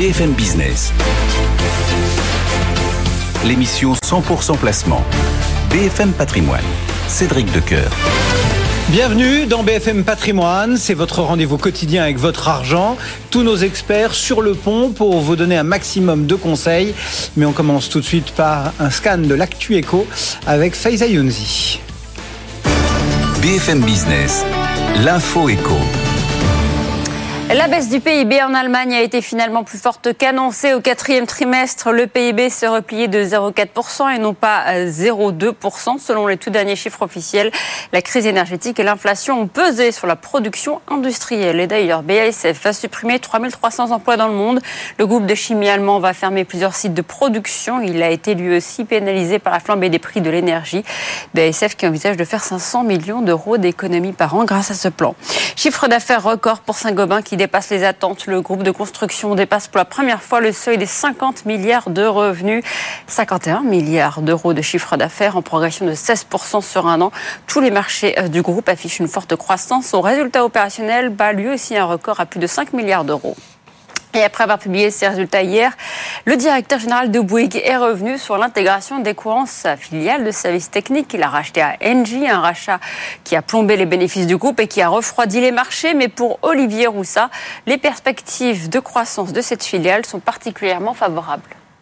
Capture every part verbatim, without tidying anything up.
B F M Business. L'émission cent pour cent placement. B F M Patrimoine. Cédric Decoeur. Bienvenue dans B F M Patrimoine, c'est votre rendez-vous quotidien avec votre argent. Tous nos experts sur le pont pour vous donner un maximum de conseils. Mais on commence tout de suite par un scan de l'actu éco avec Faiza Younzi. B F M Business, l'info éco. La baisse du P I B en Allemagne a été finalement plus forte qu'annoncée. Au quatrième trimestre, le P I B s'est replié de zéro virgule quatre pour cent et non pas zéro virgule deux pour cent selon les tout derniers chiffres officiels. La crise énergétique et l'inflation ont pesé sur la production industrielle. Et d'ailleurs, B A S F va supprimer trois mille trois cents emplois dans le monde. Le groupe de chimie allemand va fermer plusieurs sites de production. Il a été lui aussi pénalisé par la flambée des prix de l'énergie. B A S F qui envisage de faire cinq cents millions d'euros d'économies par an grâce à ce plan. Chiffre d'affaires record pour Saint-Gobain qui dépasse les attentes. Le groupe de construction dépasse pour la première fois le seuil des cinquante milliards de revenus. cinquante et un milliards d'euros de chiffre d'affaires en progression de seize pour cent sur un an. Tous les marchés du groupe affichent une forte croissance. Son résultat opérationnel bat lui aussi un record à plus de cinq milliards d'euros. Et après avoir publié ses résultats hier, le directeur général de Bouygues est revenu sur l'intégration d'Equans, sa filiale de services techniques qu'il a racheté à Engie, un rachat qui a plombé les bénéfices du groupe et qui a refroidi les marchés. Mais pour Olivier Roussat, les perspectives de croissance de cette filiale sont particulièrement favorables.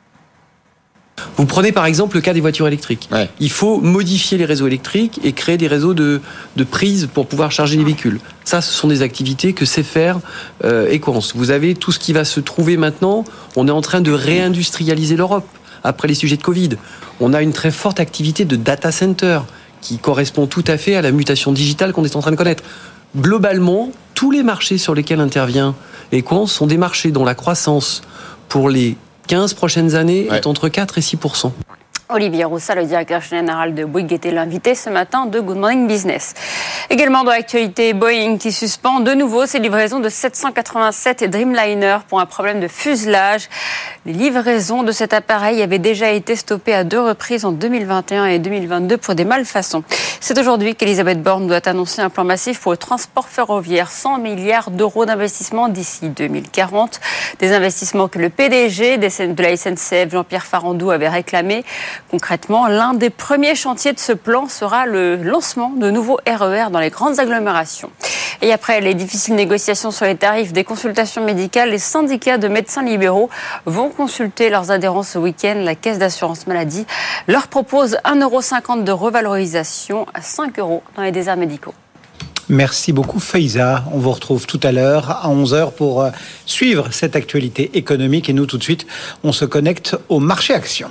Vous prenez par exemple le cas des voitures électriques. Ouais. Il faut modifier les réseaux électriques et créer des réseaux de, de prise pour pouvoir charger les véhicules. Ça, ce sont des activités que sait faire euh, Equans. Vous avez tout ce qui va se trouver maintenant. On est en train de réindustrialiser l'Europe après les sujets de Covid. On a une très forte activité de data center qui correspond tout à fait à la mutation digitale qu'on est en train de connaître. Globalement, tous les marchés sur lesquels intervient Equans sont des marchés dont la croissance pour les quinze prochaines années ouais. est entre quatre et six pour cent. Olivier Roussat, le directeur général de Bouygues, était l'invité ce matin de Good Morning Business. Également dans l'actualité, Boeing qui suspend de nouveau ses livraisons de sept cent quatre-vingt-sept Dreamliner pour un problème de fuselage. Les livraisons de cet appareil avaient déjà été stoppées à deux reprises en deux mille vingt et un et deux mille vingt-deux pour des malfaçons. C'est aujourd'hui qu'Elisabeth Borne doit annoncer un plan massif pour le transport ferroviaire. cent milliards d'euros d'investissement d'ici deux mille quarante. Des investissements que le P D G de la S N C F, Jean-Pierre Farandou, avait réclamés. Concrètement, l'un des premiers chantiers de ce plan sera le lancement de nouveaux R E R dans les grandes agglomérations. Et après les difficiles négociations sur les tarifs des consultations médicales, les syndicats de médecins libéraux vont consulter leurs adhérents ce week-end. La Caisse d'assurance maladie leur propose un euro cinquante de revalorisation à cinq euros dans les déserts médicaux. Merci beaucoup Faiza. On vous retrouve tout à l'heure à onze heures pour suivre cette actualité économique. Et nous, tout de suite, on se connecte au marché actions.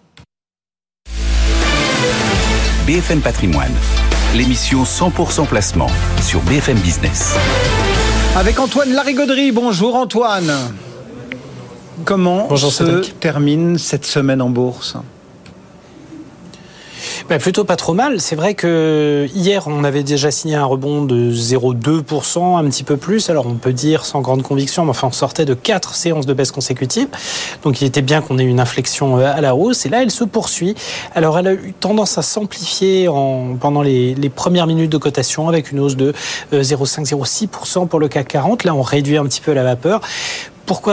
B F M Patrimoine, l'émission cent pour cent placement sur B F M Business. Avec Antoine Larigauderie. Bonjour Antoine. Comment Bonjour, se Cédric. termine cette semaine en bourse ? Ben plutôt pas trop mal. C'est vrai que hier, on avait déjà signé un rebond de zéro virgule deux pour cent, un petit peu plus. Alors, on peut dire sans grande conviction, mais enfin, on sortait de quatre séances de baisse consécutives. Donc, il était bien qu'on ait une inflexion à la hausse. Et là, elle se poursuit. Alors, elle a eu tendance à s'amplifier en, pendant les, les premières minutes de cotation avec une hausse de zéro virgule cinq à zéro virgule six pour cent pour le C A C quarante. Là, on réduit un petit peu la vapeur. Pourquoi ?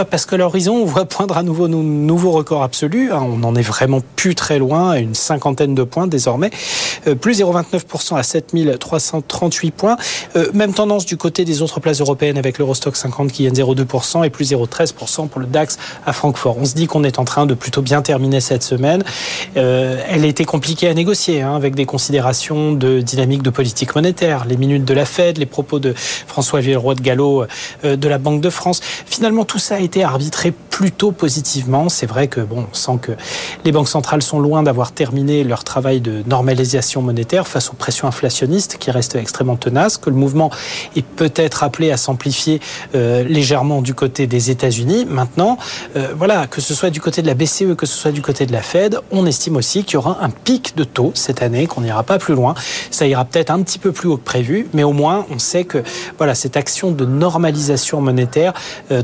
Parce que l'horizon, on voit poindre à nouveau nos nouveaux records absolus. On n'en est vraiment plus très loin, à une cinquantaine de points désormais. Euh, plus zéro virgule vingt-neuf pour cent à sept mille trois cent trente-huit points. Euh, même tendance du côté des autres places européennes avec l'Eurostock cinquante qui gagne zéro virgule deux pour cent et plus zéro virgule treize pour cent pour le DAX à Francfort. On se dit qu'on est en train de plutôt bien terminer cette semaine. Euh, elle était compliquée à négocier hein, avec des considérations de dynamique de politique monétaire, les minutes de la Fed, les propos de François Villeroy de Gallo euh, de la Banque de France. Finalement, tout ça a été arbitré plutôt positivement. C'est vrai que bon, on sent que les banques centrales sont loin d'avoir terminé leur travail de normalisation monétaire face aux pressions inflationnistes qui restent extrêmement tenaces, que le mouvement est peut-être appelé à s'amplifier euh, légèrement du côté des États-Unis. Maintenant, euh, voilà, que ce soit du côté de la B C E, que ce soit du côté de la Fed, on estime aussi qu'il y aura un pic de taux cette année, qu'on n'ira pas plus loin. Ça ira peut-être un petit peu plus haut que prévu, mais au moins, on sait que voilà, cette action de normalisation monétaire euh, trouvera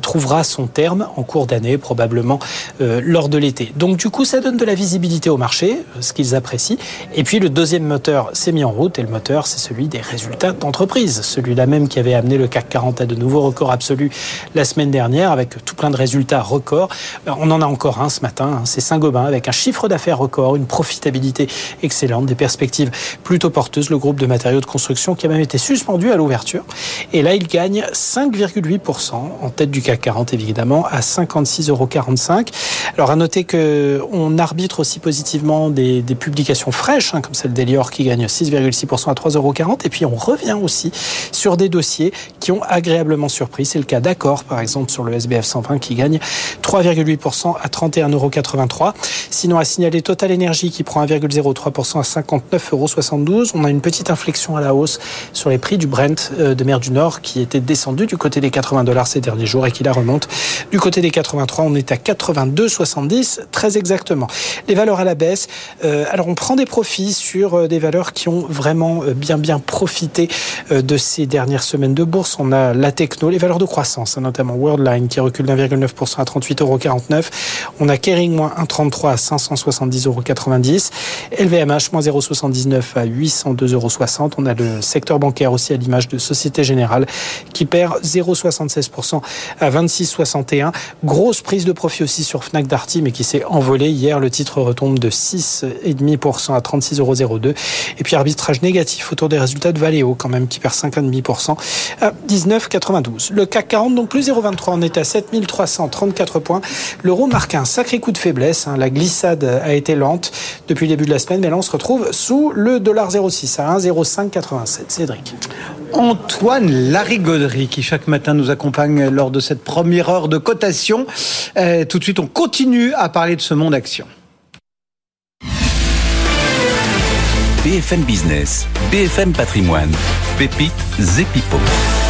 son terme en cours d'année, probablement euh, lors de l'été. Donc du coup, ça donne de la visibilité au marché, ce qu'ils apprécient. Et puis le deuxième moteur s'est mis en route, et le moteur, c'est celui des résultats d'entreprise. Celui-là même qui avait amené le C A C quarante à de nouveaux records absolus la semaine dernière, avec tout plein de résultats records. On en a encore un ce matin, c'est Saint-Gobain, avec un chiffre d'affaires record, une profitabilité excellente, des perspectives plutôt porteuses. Le groupe de matériaux de construction qui a même été suspendu à l'ouverture. Et là, il gagne cinq virgule huit pour cent en tête du C A C quarante, évidemment, à cinquante-six euros quarante-cinq. Alors, à noter qu'on arbitre aussi positivement des, des publications fraîches, hein, comme celle d'Elior qui gagne six virgule six pour cent à trois euros quarante. Et puis, on revient aussi sur des dossiers qui ont agréablement surpris. C'est le cas d'Accor, par exemple, sur le S B F cent vingt qui gagne trois virgule huit pour cent à trente et un euros quatre-vingt-trois. Sinon, à signaler Total Energy qui prend un virgule zéro trois pour cent à cinquante-neuf euros soixante-douze. On a une petite inflexion à la hausse sur les prix du Brent de mer du Nord qui était descendu du côté des quatre-vingts dollars ces derniers jours et qui la remonte du côté des quatre-vingt-trois. On est à quatre-vingt-deux virgule soixante-dix très exactement. Les valeurs à la baisse. Euh, alors on prend des profits sur des valeurs qui ont vraiment bien bien profité de ces dernières semaines de bourse. On a la techno, les valeurs de croissance, notamment Worldline qui recule d'un virgule neuf pour cent à trente-huit euros quarante-neuf. On a Kering moins un virgule trente-trois à cinq cent soixante-dix euros quatre-vingt-dix. L V M H moins zéro virgule soixante-dix-neuf à huit cent deux euros soixante. On a le secteur bancaire aussi à l'image de Société Générale qui perd zéro virgule soixante-seize pour cent à vingt-six virgule soixante et un. Grosse prise de profit aussi sur Fnac Darty mais qui s'est envolée. Hier, le titre retombe de six virgule cinq pour cent à trente-six euros zéro deux. Et puis arbitrage négatif autour des résultats de Valeo quand même qui perd cinq virgule cinq pour cent à dix-neuf virgule quatre-vingt-douze. Le C A C quarante donc plus zéro virgule vingt-trois, on est à sept mille trois cent trente-quatre points. L'euro marque un sacré coup de faiblesse. Hein. La glissade a été lente depuis le début de la semaine, mais là on se retrouve sous le dollar zéro virgule six à un virgule zéro cinq quatre-vingt-sept. Cédric. Antoine Larigauderie qui chaque matin nous accompagne lors de cette première heure de cotation. Euh, tout de suite, on continue à parler de ce monde action. B F M Business, B F M Patrimoine, Pépites et Pipo.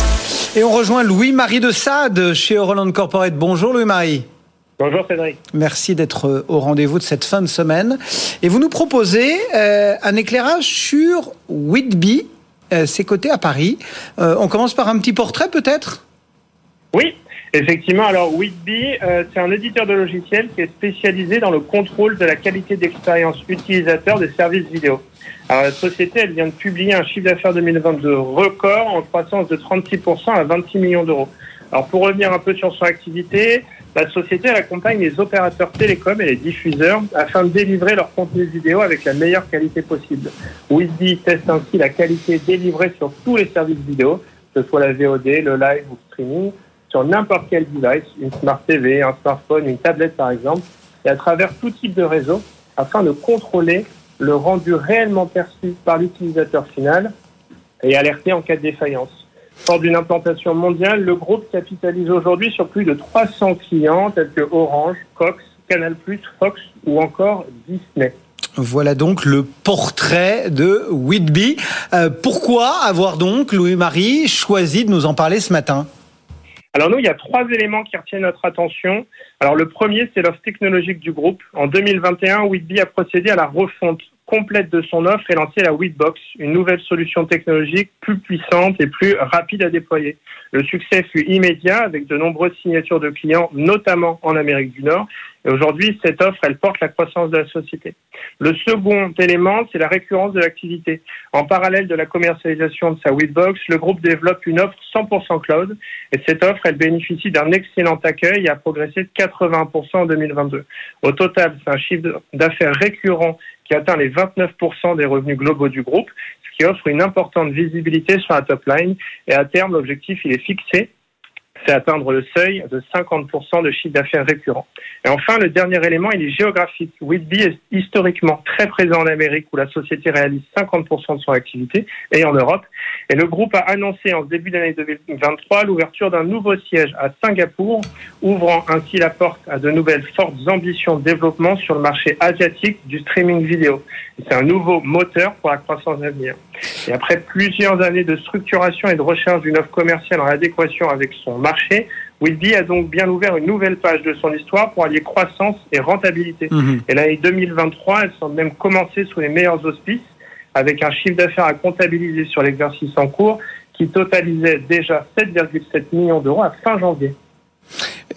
Et on rejoint Louis-Marie de Sade chez Euroland Corporate. Bonjour Louis-Marie. Bonjour Cédric. Merci d'être au rendez-vous de cette fin de semaine. Et vous nous proposez euh, un éclairage sur Whitby, euh, ses cotés à Paris. Euh, on commence par un petit portrait peut-être ? Oui, effectivement. Alors Whitby, euh, c'est un éditeur de logiciels qui est spécialisé dans le contrôle de la qualité d'expérience utilisateur des services vidéo. Alors la société, elle vient de publier un chiffre d'affaires deux mille vingt-deux record en croissance de trente-six pour cent à vingt-six millions d'euros. Alors pour revenir un peu sur son activité, la société elle accompagne les opérateurs télécoms et les diffuseurs afin de délivrer leur contenu vidéo avec la meilleure qualité possible. Whitby teste ainsi la qualité délivrée sur tous les services vidéo, que ce soit la V O D, le live ou le streaming, sur n'importe quel device, une Smart T V, un smartphone, une tablette par exemple, et à travers tout type de réseau afin de contrôler le rendu réellement perçu par l'utilisateur final et alerter en cas de défaillance. Fort d'une implantation mondiale, le groupe capitalise aujourd'hui sur plus de trois cents clients tels que Orange, Cox, Canal plus, Fox ou encore Disney. Voilà donc le portrait de Whitby. Euh, pourquoi avoir donc, Louis-Marie, choisi de nous en parler ce matin ? Alors nous, il y a trois éléments qui retiennent notre attention. Alors le premier, c'est l'offre technologique du groupe. En deux mille vingt et un, Whitby a procédé à la refonte complète de son offre et lancé la Whitbox, une nouvelle solution technologique plus puissante et plus rapide à déployer. Le succès fut immédiat avec de nombreuses signatures de clients, notamment en Amérique du Nord. Et aujourd'hui, cette offre, elle porte la croissance de la société. Le second élément, c'est la récurrence de l'activité. En parallèle de la commercialisation de sa Whitbox, le groupe développe une offre cent pour cent cloud. Et cette offre, elle bénéficie d'un excellent accueil et a progressé de quatre-vingts pour cent en deux mille vingt-deux. Au total, c'est un chiffre d'affaires récurrent qui atteint les vingt-neuf pour cent des revenus globaux du groupe, ce qui offre une importante visibilité sur la top line. Et à terme, l'objectif, il est fixé, c'est atteindre le seuil de cinquante pour cent de chiffre d'affaires récurrent. Et enfin, le dernier élément, il est géographique. Whitby est historiquement très présent en Amérique où la société réalise cinquante pour cent de son activité et en Europe. Et le groupe a annoncé en début d'année deux mille vingt-trois l'ouverture d'un nouveau siège à Singapour, ouvrant ainsi la porte à de nouvelles fortes ambitions de développement sur le marché asiatique du streaming vidéo. Et c'est un nouveau moteur pour la croissance à venir. Et après plusieurs années de structuration et de recherche d'une offre commerciale en adéquation avec son marché, Whitby a donc bien ouvert une nouvelle page de son histoire pour allier croissance et rentabilité. Mmh. Et l'année deux mille vingt-trois, elle semble même commencer sous les meilleurs auspices, avec un chiffre d'affaires à comptabiliser sur l'exercice en cours qui totalisait déjà sept virgule sept millions d'euros à fin janvier.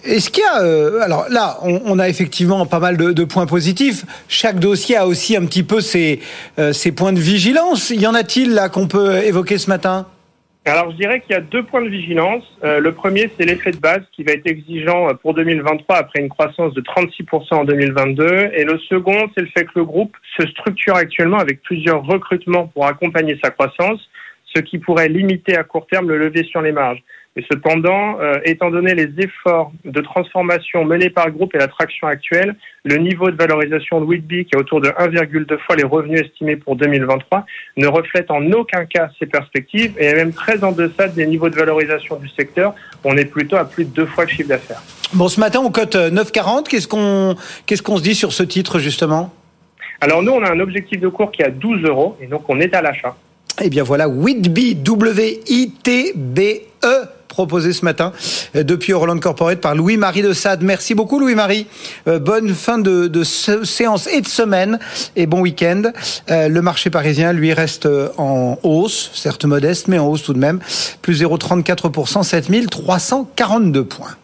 Est-ce qu'il y a... Euh, alors là, on, on a effectivement pas mal de, de points positifs. Chaque dossier a aussi un petit peu ses, euh, ses points de vigilance. Y en a-t-il là qu'on peut évoquer ce matin ? Alors, je dirais qu'il y a deux points de vigilance. Euh, le premier, c'est l'effet de base qui va être exigeant pour deux mille vingt-trois après une croissance de trente-six pour cent en deux mille vingt-deux. Et le second, c'est le fait que le groupe se structure actuellement avec plusieurs recrutements pour accompagner sa croissance, ce qui pourrait limiter à court terme le levier sur les marges. Mais cependant, euh, étant donné les efforts de transformation menés par le groupe et la traction actuelle, le niveau de valorisation de Whitby, qui est autour de un virgule deux fois les revenus estimés pour deux mille vingt-trois, ne reflète en aucun cas ces perspectives et est même très en deçà des niveaux de valorisation du secteur. On est plutôt à plus de deux fois le chiffre d'affaires. Bon, ce matin, on cote neuf virgule quarante. Qu'est-ce qu'on, qu'est-ce qu'on se dit sur ce titre, justement ? Alors nous, on a un objectif de cours qui est à douze euros et donc on est à l'achat. Eh bien voilà, Whitby, W I T B E, proposé ce matin depuis Euroland Corporate par Louis-Marie de Sade. Merci beaucoup Louis-Marie. Euh, bonne fin de, de séance et de semaine et bon week-end. Euh, le marché parisien, lui, reste en hausse, certes modeste, mais en hausse tout de même. Plus zéro virgule trente-quatre pour cent, sept mille trois cent quarante-deux points.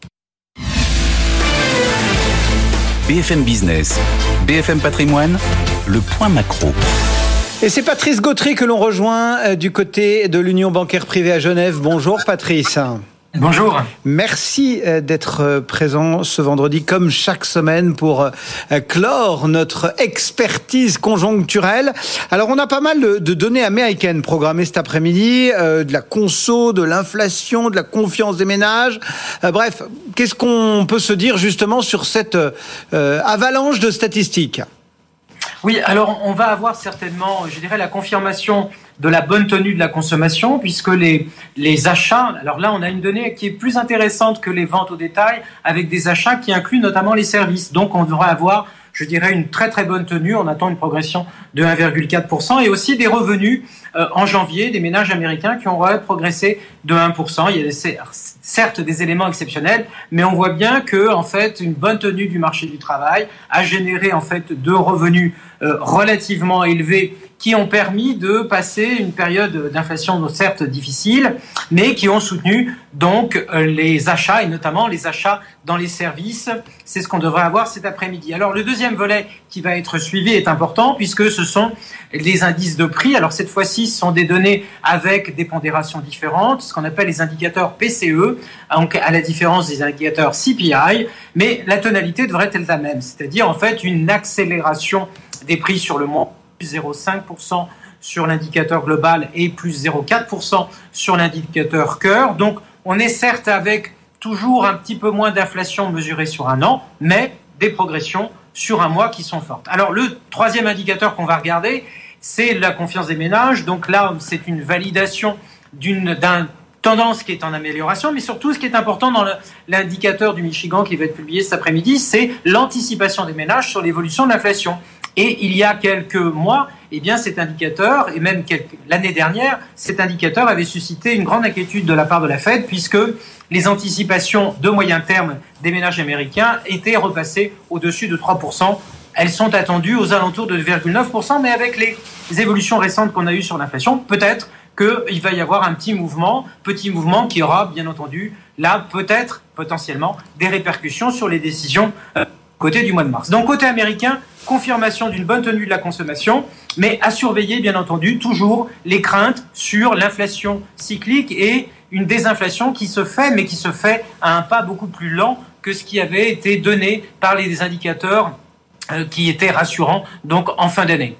B F M Business, B F M Patrimoine, le point macro. Et c'est Patrice Gautry que l'on rejoint du côté de l'Union bancaire privée à Genève. Bonjour Patrice. Bonjour. Merci d'être présent ce vendredi, comme chaque semaine, pour clore notre expertise conjoncturelle. Alors, on a pas mal de données américaines programmées cet après-midi, euh, de la conso, de l'inflation, de la confiance des ménages. Euh, bref, qu'est-ce qu'on peut se dire justement sur cette euh, avalanche de statistiques ? Oui, alors on va avoir certainement, je dirais, la confirmation de la bonne tenue de la consommation, puisque les, les achats, alors là on a une donnée qui est plus intéressante que les ventes au détail, avec des achats qui incluent notamment les services. Donc on devrait avoir, je dirais, une très très bonne tenue. On attend une progression de un virgule quatre pour cent et aussi des revenus euh, en janvier, des ménages américains qui ont progressé de un pour cent. Il y a des, certes des éléments exceptionnels, mais on voit bien que en fait une bonne tenue du marché du travail a généré en fait de revenus euh, relativement élevés qui ont permis de passer une période d'inflation certes difficile, mais qui ont soutenu donc les achats, et notamment les achats dans les services. C'est ce qu'on devrait avoir cet après-midi. Alors le deuxième volet qui va être suivi est important, puisque ce sont les indices de prix. Alors cette fois-ci, ce sont des données avec des pondérations différentes, ce qu'on appelle les indicateurs P C E, donc à la différence des indicateurs C P I, mais la tonalité devrait être la même, c'est-à-dire en fait une accélération des prix sur le mois, plus zéro virgule cinq pour cent sur l'indicateur global et plus zéro virgule quatre pour cent sur l'indicateur cœur. Donc, on est certes avec toujours un petit peu moins d'inflation mesurée sur un an, mais des progressions sur un mois qui sont fortes. Alors, le troisième indicateur qu'on va regarder, c'est la confiance des ménages. Donc là, c'est une validation d'une, d'un tendance qui est en amélioration, mais surtout, ce qui est important dans le, l'indicateur du Michigan qui va être publié cet après-midi, c'est l'anticipation des ménages sur l'évolution de l'inflation. Et il y a quelques mois, eh bien, cet indicateur, et même quelques, l'année dernière, cet indicateur avait suscité une grande inquiétude de la part de la Fed, puisque les anticipations de moyen terme des ménages américains étaient repassées au-dessus de trois pour cent. Elles sont attendues aux alentours de deux virgule neuf pour cent, mais avec les évolutions récentes qu'on a eues sur l'inflation, peut-être qu'il va y avoir un petit mouvement, petit mouvement qui aura, bien entendu, là, peut-être, potentiellement, des répercussions sur les décisions euh, côté du mois de mars. Donc, côté américain, confirmation d'une bonne tenue de la consommation, mais à surveiller, bien entendu, toujours les craintes sur l'inflation cyclique et une désinflation qui se fait, mais qui se fait à un pas beaucoup plus lent que ce qui avait été donné par les indicateurs euh, qui étaient rassurants, donc en fin d'année.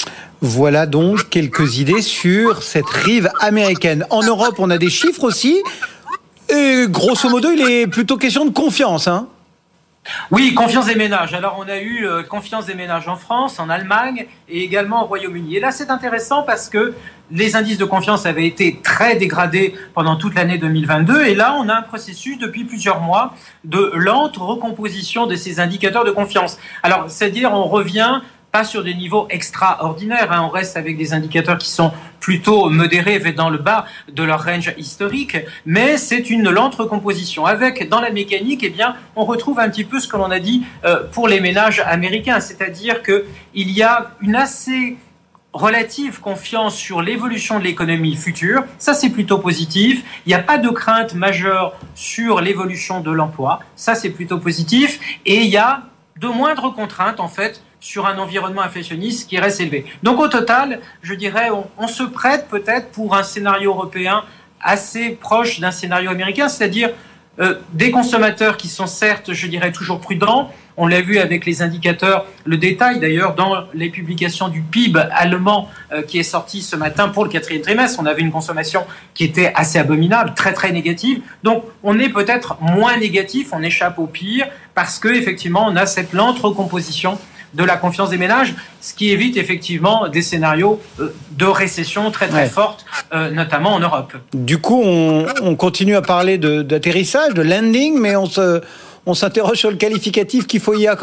Voilà donc quelques idées sur cette rive américaine. En Europe, on a des chiffres aussi. Et grosso modo, il est plutôt question de confiance, hein ? Oui, confiance des ménages. Alors, on a eu euh, confiance des ménages en France, en Allemagne et également au Royaume-Uni. Et là, c'est intéressant parce que les indices de confiance avaient été très dégradés pendant toute l'année deux mille vingt-deux. Et là, on a un processus depuis plusieurs mois de lente recomposition de ces indicateurs de confiance. Alors, c'est-à-dire, on revient pas sur des niveaux extraordinaires, hein. On reste avec des indicateurs qui sont plutôt modérés, dans le bas de leur range historique, mais c'est une lente recomposition. Avec, dans la mécanique, eh bien, on retrouve un petit peu ce que l'on a dit euh, pour les ménages américains, c'est-à-dire qu'il y a une assez relative confiance sur l'évolution de l'économie future. Ça, c'est plutôt positif. Il n'y a pas de crainte majeure sur l'évolution de l'emploi. Ça, c'est plutôt positif. Et il y a de moindres contraintes, en fait, sur un environnement inflationniste qui reste élevé. Donc, au total, je dirais, on, on se prête peut-être pour un scénario européen assez proche d'un scénario américain, c'est-à-dire euh, des consommateurs qui sont certes, je dirais, toujours prudents. On l'a vu avec les indicateurs, le détail d'ailleurs dans les publications du P I B allemand euh, qui est sorti ce matin pour le quatrième trimestre. On avait une consommation qui était assez abominable, très très négative. Donc on est peut-être moins négatif, on échappe au pire parce que effectivement on a cette lente recomposition de la confiance des ménages, ce qui évite effectivement des scénarios de récession très très ouais. fortes, euh, notamment en Europe. Du coup, on, on continue à parler de, d'atterrissage, de landing, mais on se, on s'interroge sur le qualificatif qu'il faut y accoler ?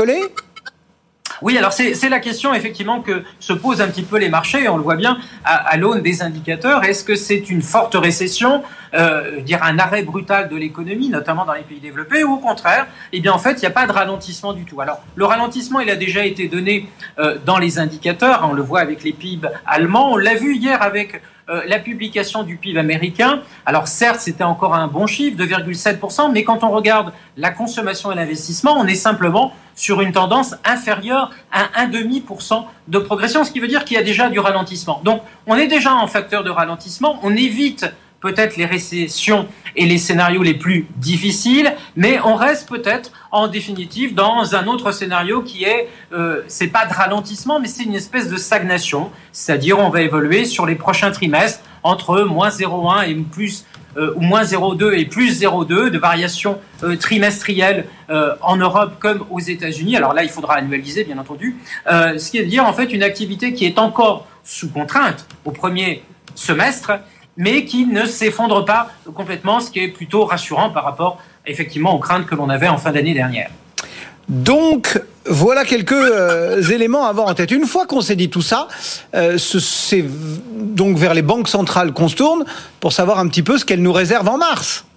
Oui, alors c'est, c'est la question effectivement que se posent un petit peu les marchés, on le voit bien à, à l'aune des indicateurs. Est-ce que c'est une forte récession, euh, dire un arrêt brutal de l'économie, notamment dans les pays développés, ou au contraire, eh bien en fait, il n'y a pas de ralentissement du tout. Alors le ralentissement, il a déjà été donné euh, dans les indicateurs, on le voit avec les P I B allemands, on l'a vu hier avec Euh, la publication du P I B américain. Alors certes, c'était encore un bon chiffre, deux virgule sept pour cent, mais quand on regarde la consommation et l'investissement, on est simplement sur une tendance inférieure à un virgule cinq pour cent de progression, ce qui veut dire qu'il y a déjà du ralentissement. Donc on est déjà en facteur de ralentissement, on évite peut-être les récessions et les scénarios les plus difficiles, mais on reste peut-être en définitive dans un autre scénario qui est, euh, c'est pas de ralentissement, mais c'est une espèce de stagnation, c'est-à-dire on va évoluer sur les prochains trimestres entre moins zéro virgule un et plus euh, ou moins zéro virgule deux et plus zéro virgule deux de variations euh, trimestrielles euh, en Europe comme aux États-Unis. Alors là, il faudra annualiser, bien entendu, euh, ce qui est dire en fait une activité qui est encore sous contrainte au premier semestre, mais qui ne s'effondre pas complètement, ce qui est plutôt rassurant par rapport, effectivement, aux craintes que l'on avait en fin d'année dernière. Donc, voilà quelques euh, éléments à avoir en tête. Une fois qu'on s'est dit tout ça, euh, ce, c'est donc vers les banques centrales qu'on se tourne pour savoir un petit peu ce qu'elles nous réservent en mars.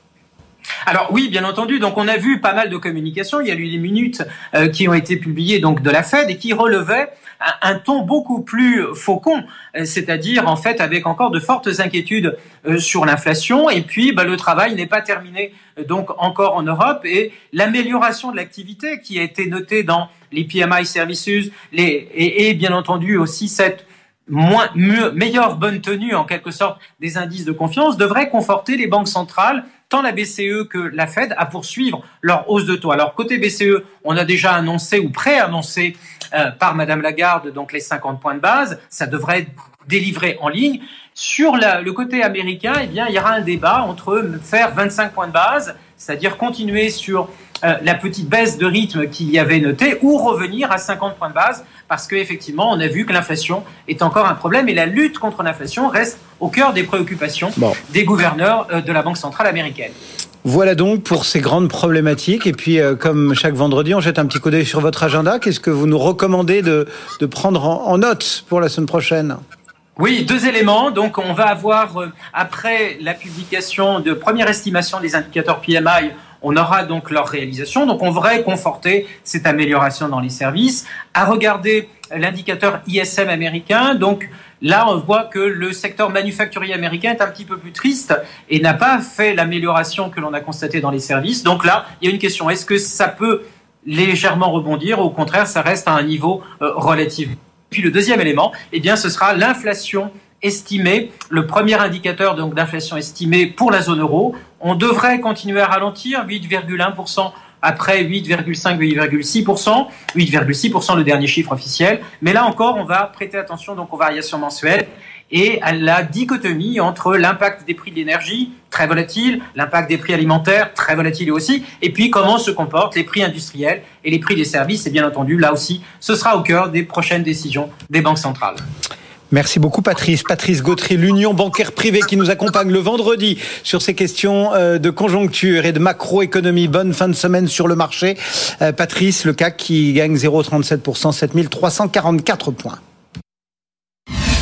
Alors oui, bien entendu. Donc on a vu pas mal de communications. Il y a eu les minutes euh, qui ont été publiées donc de la Fed et qui relevaient un, un ton beaucoup plus faucon, euh, c'est-à-dire en fait avec encore de fortes inquiétudes euh, sur l'inflation. Et puis bah, le travail n'est pas terminé euh, donc encore en Europe et l'amélioration de l'activité qui a été notée dans les P M I Services les, et, et bien entendu aussi cette moins mieux, meilleure bonne tenue en quelque sorte des indices de confiance devrait conforter les banques centrales, tant la B C E que la Fed, à poursuivre leur hausse de taux. Alors côté B C E, on a déjà annoncé ou pré-annoncé euh, par Madame Lagarde donc les cinquante points de base, ça devrait être délivré en ligne. Sur la, le côté américain, eh bien il y aura un débat entre faire vingt-cinq points de base, c'est-à-dire continuer sur euh, la petite baisse de rythme qu'il y avait notée, ou revenir à cinquante points de base, parce qu'effectivement, on a vu que l'inflation est encore un problème et la lutte contre l'inflation reste au cœur des préoccupations bon. des gouverneurs euh, de la Banque centrale américaine. Voilà donc pour ces grandes problématiques. Et puis, euh, comme chaque vendredi, on jette un petit coup d'œil sur votre agenda. Qu'est-ce que vous nous recommandez de, de prendre en, en note pour la semaine prochaine ? Oui, deux éléments. Donc, on va avoir, euh, après la publication de première estimation des indicateurs P M I, on aura donc leur réalisation. Donc, on devrait conforter cette amélioration dans les services. À regarder l'indicateur I S M américain. Donc, là, on voit que le secteur manufacturier américain est un petit peu plus triste et n'a pas fait l'amélioration que l'on a constatée dans les services. Donc là, il y a une question. Est-ce que ça peut légèrement rebondir ou au contraire, ça reste à un niveau euh, relatif ? Puis le deuxième élément, eh bien, ce sera l'inflation estimée, le premier indicateur donc d'inflation estimée pour la zone euro. On devrait continuer à ralentir, huit virgule un pour cent après huit virgule cinq, huit virgule six pour cent, huit virgule six pour cent le dernier chiffre officiel. Mais là encore, on va prêter attention donc aux variations mensuelles et à la dichotomie entre l'impact des prix de l'énergie, très volatile, l'impact des prix alimentaires, très volatile aussi, et puis comment se comportent les prix industriels et les prix des services. Et bien entendu, là aussi, ce sera au cœur des prochaines décisions des banques centrales. Merci beaucoup Patrice. Patrice Gautry, l'Union bancaire privée qui nous accompagne le vendredi sur ces questions de conjoncture et de macroéconomie. Bonne fin de semaine sur le marché. Patrice, le C A C qui gagne zéro virgule trente-sept pour cent, sept mille trois cent quarante-quatre points.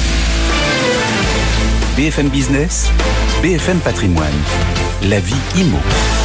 B F M Business, B F M Patrimoine, la vie immo.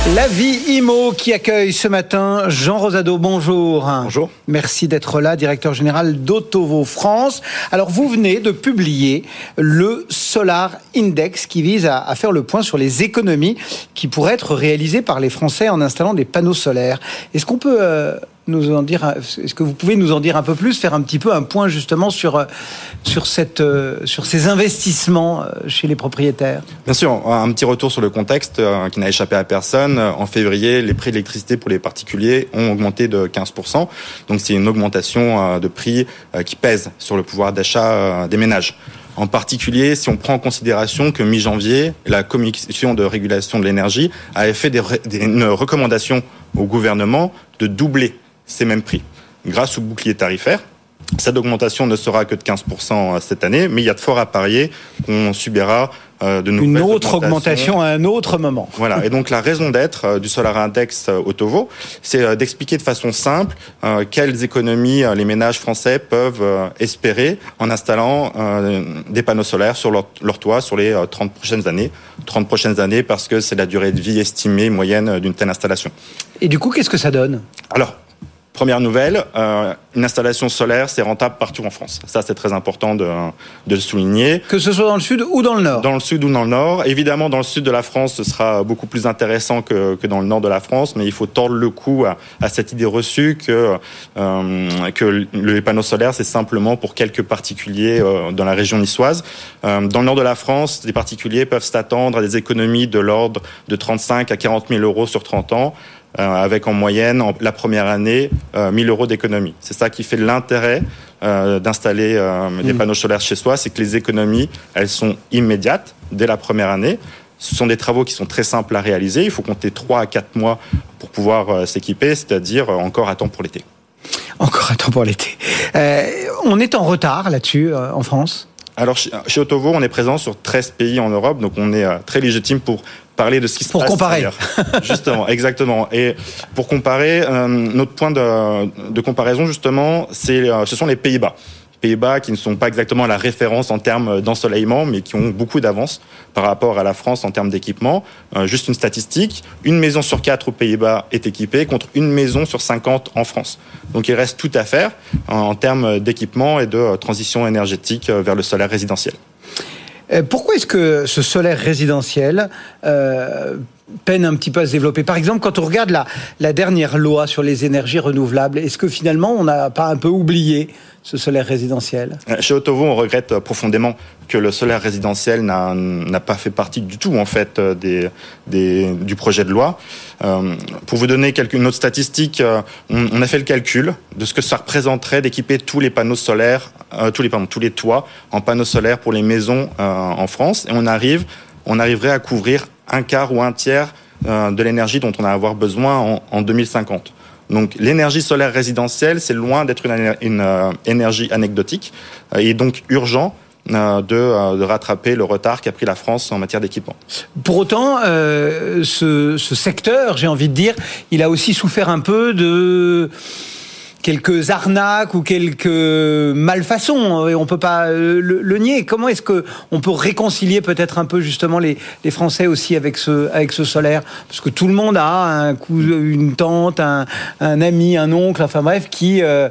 La Vie Immo qui accueille ce matin Jean Rosado. Bonjour. Bonjour. Merci d'être là, directeur général d'Autovo France. Alors, vous venez de publier le Solar Index qui vise à, à faire le point sur les économies qui pourraient être réalisées par les Français en installant des panneaux solaires. Est-ce qu'on peut euh, nous en dire, est-ce que vous pouvez nous en dire un peu plus, faire un petit peu un point justement sur, sur, cette, sur ces investissements chez les propriétaires ? Bien sûr, un petit retour sur le contexte euh, qui n'a échappé à personne. En février, les prix de l'électricité pour les particuliers ont augmenté de quinze pour cent. Donc c'est une augmentation euh, de prix euh, qui pèse sur le pouvoir d'achat euh, des ménages. En particulier, si on prend en considération que mi-janvier, la Commission de régulation de l'énergie avait fait des, des, une recommandation au gouvernement de doubler ces mêmes prix. Grâce au bouclier tarifaire, cette augmentation ne sera que de quinze pour cent cette année, mais il y a de fort à parier qu'on subira euh, de nouvelles Une autre augmentation à un autre moment. Voilà, et donc la raison d'être euh, du Solar Index euh, Autovo, c'est euh, d'expliquer de façon simple euh, quelles économies euh, les ménages français peuvent euh, espérer en installant euh, des panneaux solaires sur leur, leur toit sur les euh, trente prochaines années. trente prochaines années parce que c'est la durée de vie estimée moyenne euh, d'une telle installation. Et du coup, qu'est-ce que ça donne ? Alors, première nouvelle, euh, une installation solaire, c'est rentable partout en France. Ça, c'est très important de, de le souligner. Que ce soit dans le sud ou dans le nord ? Dans le sud ou dans le nord. Évidemment, dans le sud de la France, ce sera beaucoup plus intéressant que, que dans le nord de la France, mais il faut tordre le cou à, à cette idée reçue que, euh, que les panneaux solaires, c'est simplement pour quelques particuliers euh, dans la région niçoise. Euh, dans le nord de la France, les particuliers peuvent s'attendre à des économies de l'ordre de trente-cinq à quarante mille euros sur trente ans. Euh, avec en moyenne, en, la première année, euh, mille euros d'économie. C'est ça qui fait l'intérêt euh, d'installer euh, mmh. des panneaux solaires chez soi, c'est que les économies, elles sont immédiates, dès la première année. Ce sont des travaux qui sont très simples à réaliser. Il faut compter trois à quatre mois pour pouvoir euh, s'équiper, c'est-à-dire euh, encore à temps pour l'été. Encore à temps pour l'été. Euh, on est en retard là-dessus, euh, en France ? Alors, chez, chez Autovo, on est présent sur treize pays en Europe, donc on est euh, très légitime pour parler de ce qui se pour passe comparer. ailleurs. Justement, exactement. Et pour comparer, euh, notre point de, de comparaison, justement, c'est, euh, ce sont les Pays-Bas. Pays-Bas qui ne sont pas exactement la référence en termes d'ensoleillement, mais qui ont beaucoup d'avance par rapport à la France en termes d'équipement. Euh, juste une statistique, une maison sur quatre aux Pays-Bas est équipée contre une maison sur cinquante en France. Donc il reste tout à faire en, en termes d'équipement et de transition énergétique vers le solaire résidentiel. Pourquoi est-ce que ce solaire résidentiel euh, peine un petit peu à se développer ? Par exemple, quand on regarde la, la dernière loi sur les énergies renouvelables, est-ce que finalement on n'a pas un peu oublié ce solaire résidentiel ? Chez Autovo, on regrette profondément que le solaire résidentiel n'a, n'a pas fait partie du tout en fait des, des, du projet de loi. Euh, pour vous donner quelques, une autre statistique, euh, on, on a fait le calcul de ce que ça représenterait d'équiper tous les panneaux solaires, euh, tous les pardon, tous les toits en panneaux solaires pour les maisons euh, en France, et on arrive, on arriverait à couvrir un quart ou un tiers euh, de l'énergie dont on a à avoir besoin en, en deux mille cinquante. Donc l'énergie solaire résidentielle, c'est loin d'être une, une euh, énergie anecdotique, euh, et donc urgent euh, de, euh, de rattraper le retard qu'a pris la France en matière d'équipement. Pour autant, euh, ce, ce secteur, j'ai envie de dire, il a aussi souffert un peu de quelques arnaques ou quelques malfaçons, et on peut pas le, le nier. Comment est-ce que on peut réconcilier peut-être un peu justement les, les Français aussi avec ce avec ce solaire ? Parce que tout le monde a un coup, une tante, un, un ami, un oncle, enfin bref, qui euh,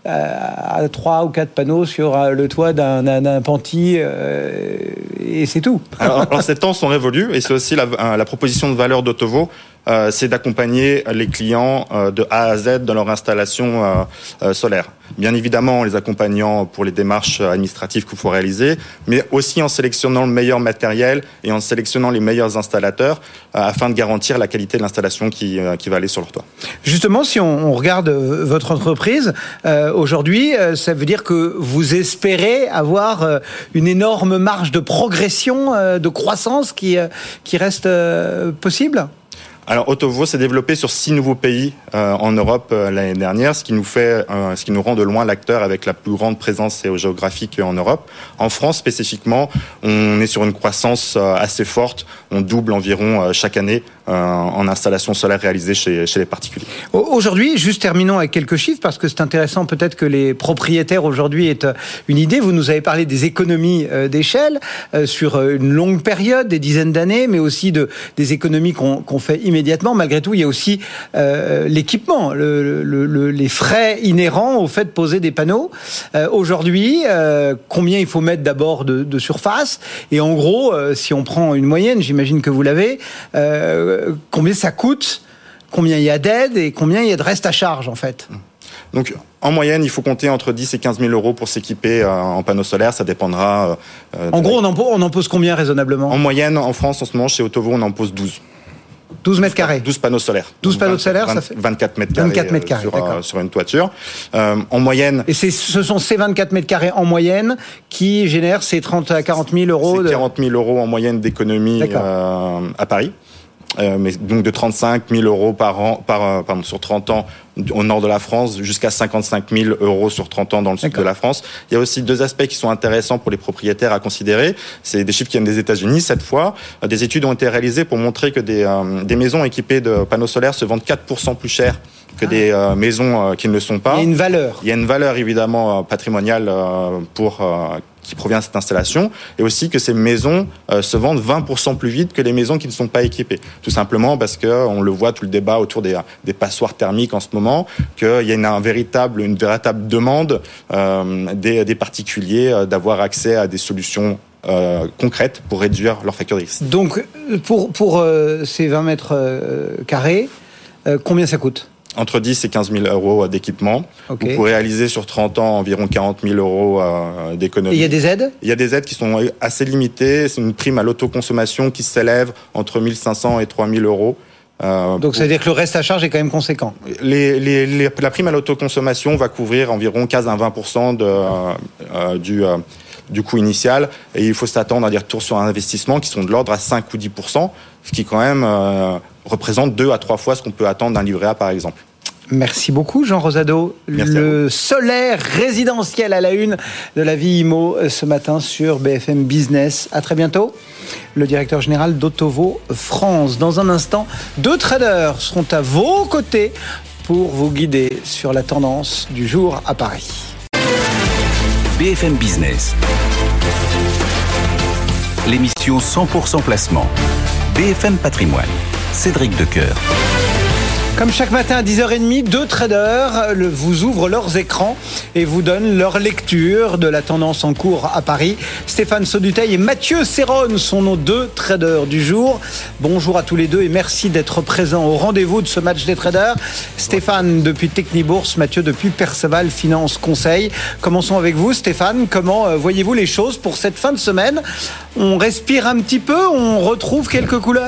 a trois ou quatre panneaux sur le toit d'un, d'un, d'un panty, euh, et c'est tout. Alors, alors ces temps sont révolus, et c'est aussi la, la proposition de valeur d'Autovo. Euh, c'est d'accompagner les clients euh, de A à Z dans leur installation euh, euh, solaire. Bien évidemment en les accompagnant pour les démarches administratives qu'il faut réaliser, mais aussi en sélectionnant le meilleur matériel et en sélectionnant les meilleurs installateurs euh, afin de garantir la qualité de l'installation qui, euh, qui va aller sur leur toit. Justement, si on, on regarde votre entreprise, euh, aujourd'hui, euh, ça veut dire que vous espérez avoir euh, une énorme marge de progression, euh, de croissance qui, euh, qui reste euh, possible ? Alors Autovo s'est développé sur six nouveaux pays euh, en Europe euh, l'année dernière, ce qui nous fait, euh, ce qui nous rend de loin l'acteur avec la plus grande présence géographique en Europe. En France spécifiquement, on est sur une croissance euh, assez forte. On double environ euh, chaque année euh, en installation solaire réalisée chez, chez les particuliers. Aujourd'hui, juste terminons avec quelques chiffres parce que c'est intéressant peut-être que les propriétaires aujourd'hui aient une idée. Vous nous avez parlé des économies euh, d'échelle euh, sur une longue période, des dizaines d'années, mais aussi de des économies qu'on, qu'on fait immédiatement immédiatement, malgré tout, il y a aussi euh, l'équipement, le, le, le, les frais inhérents au fait de poser des panneaux. Euh, aujourd'hui, euh, combien il faut mettre d'abord de, de surface? Et en gros, euh, si on prend une moyenne, j'imagine que vous l'avez, euh, combien ça coûte? Combien il y a d'aide et combien il y a de reste à charge, en fait? Donc, en moyenne, il faut compter entre dix et quinze mille euros pour s'équiper euh, en panneaux solaires. Ça dépendra. Euh, en gros, on en, pose, on en pose combien raisonnablement? En moyenne, en France, en ce moment, chez Autovo, on en pose douze. douze mètres carrés. douze panneaux solaires. douze panneaux solaires, vingt, ça fait vingt-quatre mètres carrés, vingt-quatre mètres carrés sur, euh, sur une toiture. Euh, en moyenne. Et c'est, ce sont ces vingt-quatre mètres carrés en moyenne qui génèrent ces trente à quarante mille euros. C'est de... quarante mille euros en moyenne d'économie euh, à Paris. Euh, mais donc de trente-cinq mille euros par an, par, pardon, sur trente ans au nord de la France, jusqu'à cinquante-cinq mille euros sur trente ans dans le sud de la France. Il y a aussi deux aspects qui sont intéressants pour les propriétaires à considérer. C'est des chiffres qui viennent des États-Unis cette fois. Des études ont été réalisées pour montrer que des, euh, des maisons équipées de panneaux solaires se vendent quatre pour cent plus cher que ah. des euh, maisons euh, qui ne le sont pas. Il y a une valeur. Il y a une valeur évidemment euh, patrimoniale euh, pour euh, qui provient de cette installation, et aussi que ces maisons euh, se vendent vingt pour cent plus vite que les maisons qui ne sont pas équipées. Tout simplement parce que on le voit, tout le débat autour des, des passoires thermiques en ce moment, qu'il y a une, un véritable, une véritable demande euh, des, des particuliers euh, d'avoir accès à des solutions euh, concrètes pour réduire leur facture d'électricité. Donc, pour, pour euh, ces vingt mètres euh, carrés, euh, combien ça coûte ? Entre dix et quinze mille euros d'équipement. Okay. Vous pourrez réaliser sur trente ans environ quarante mille euros d'économie. Et il y a des aides ? Il y a des aides qui sont assez limitées. C'est une prime à l'autoconsommation qui s'élève entre mille cinq cents et trois mille euros. Euh, Donc, pour... ça veut dire que le reste à charge est quand même conséquent. Les, les, les, la prime à l'autoconsommation va couvrir environ quinze à vingt pour cent de, euh, du, euh, du coût initial. Et il faut s'attendre à des retours sur investissement qui sont de l'ordre à cinq ou dix pour cent, ce qui quand même euh, représente deux à trois fois ce qu'on peut attendre d'un livret A, par exemple. Merci beaucoup, Jean Rosado. Merci le solaire résidentiel à la une de la vie IMO ce matin sur B F M Business. À très bientôt. Le directeur général d'Autovo France. Dans un instant, deux traders seront à vos côtés pour vous guider sur la tendance du jour à Paris. B F M Business. L'émission cent pour cent placement. B F M Patrimoine. Cédric Decoeur. Comme chaque matin à dix heures trente, deux traders vous ouvrent leurs écrans et vous donnent leur lecture de la tendance en cours à Paris. Stéphane Sauduteil et Mathieu Serron sont nos deux traders du jour. Bonjour à tous les deux et merci d'être présents au rendez-vous de ce match des traders. Stéphane depuis Technibourse, Mathieu depuis Perceval Finance Conseil. Commençons avec vous, Stéphane. Comment voyez-vous les choses pour cette fin de semaine ? On respire un petit peu, on retrouve quelques couleurs ?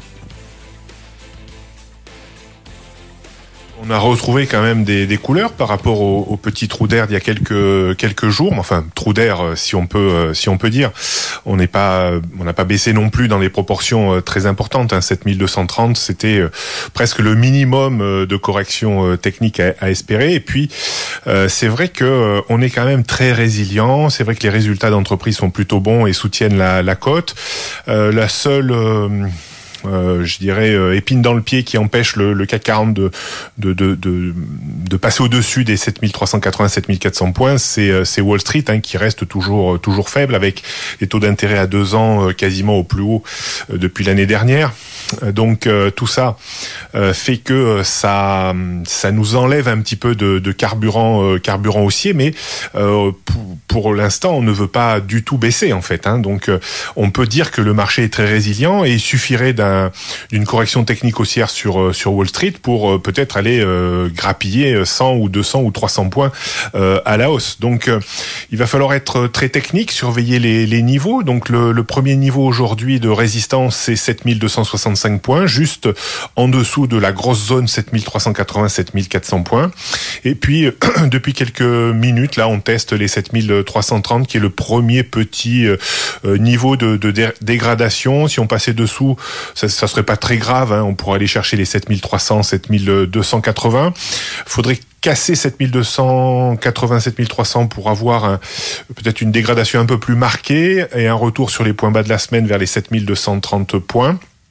On a retrouvé quand même des, des couleurs par rapport au, au petit trou d'air d'il y a quelques quelques jours. Enfin, trou d'air, si on peut si on peut dire. On n'est pas on n'a pas baissé non plus dans les proportions très importantes. Hein. sept mille deux cent trente, c'était presque le minimum de correction technique à, à espérer. Et puis, euh, c'est vrai que on est quand même très résilient. C'est vrai que les résultats d'entreprise sont plutôt bons et soutiennent la, la cote. Euh, la seule euh, Euh, je dirais euh, épine dans le pied qui empêche le, le C A C quarante de de de de, de passer au-dessus des sept mille trois cent quatre-vingts, sept mille quatre cents points, c'est c'est Wall Street hein, qui reste toujours toujours faible avec les taux d'intérêt à deux ans euh, quasiment au plus haut euh, depuis l'année dernière. Donc euh, tout ça euh, fait que euh, ça ça nous enlève un petit peu de, de carburant euh, carburant haussier, mais euh, pour, pour l'instant on ne veut pas du tout baisser en fait. Hein. Donc euh, on peut dire que le marché est très résilient et il suffirait d'un, d'une correction technique haussière sur sur Wall Street pour euh, peut-être aller euh, grappiller cent ou deux cents ou trois cents points euh, à la hausse. Donc euh, il va falloir être très technique, surveiller les, les niveaux. Donc le, le premier niveau aujourd'hui de résistance c'est sept mille deux cent soixante-cinq points, juste en dessous de la grosse zone sept mille trois cent quatre-vingts, sept mille quatre cents points. Et puis, depuis quelques minutes, là, on teste les sept mille trois cent trente, qui est le premier petit euh, niveau de, de dé- dégradation. Si on passait dessous, ça, ça serait pas très grave. Hein. On pourrait aller chercher les sept mille trois cents, sept mille deux cent quatre-vingts. Faudrait casser sept mille deux cent quatre-vingts, sept mille trois cents pour avoir un, peut-être une dégradation un peu plus marquée et un retour sur les points bas de la semaine vers les sept mille deux cent trente points.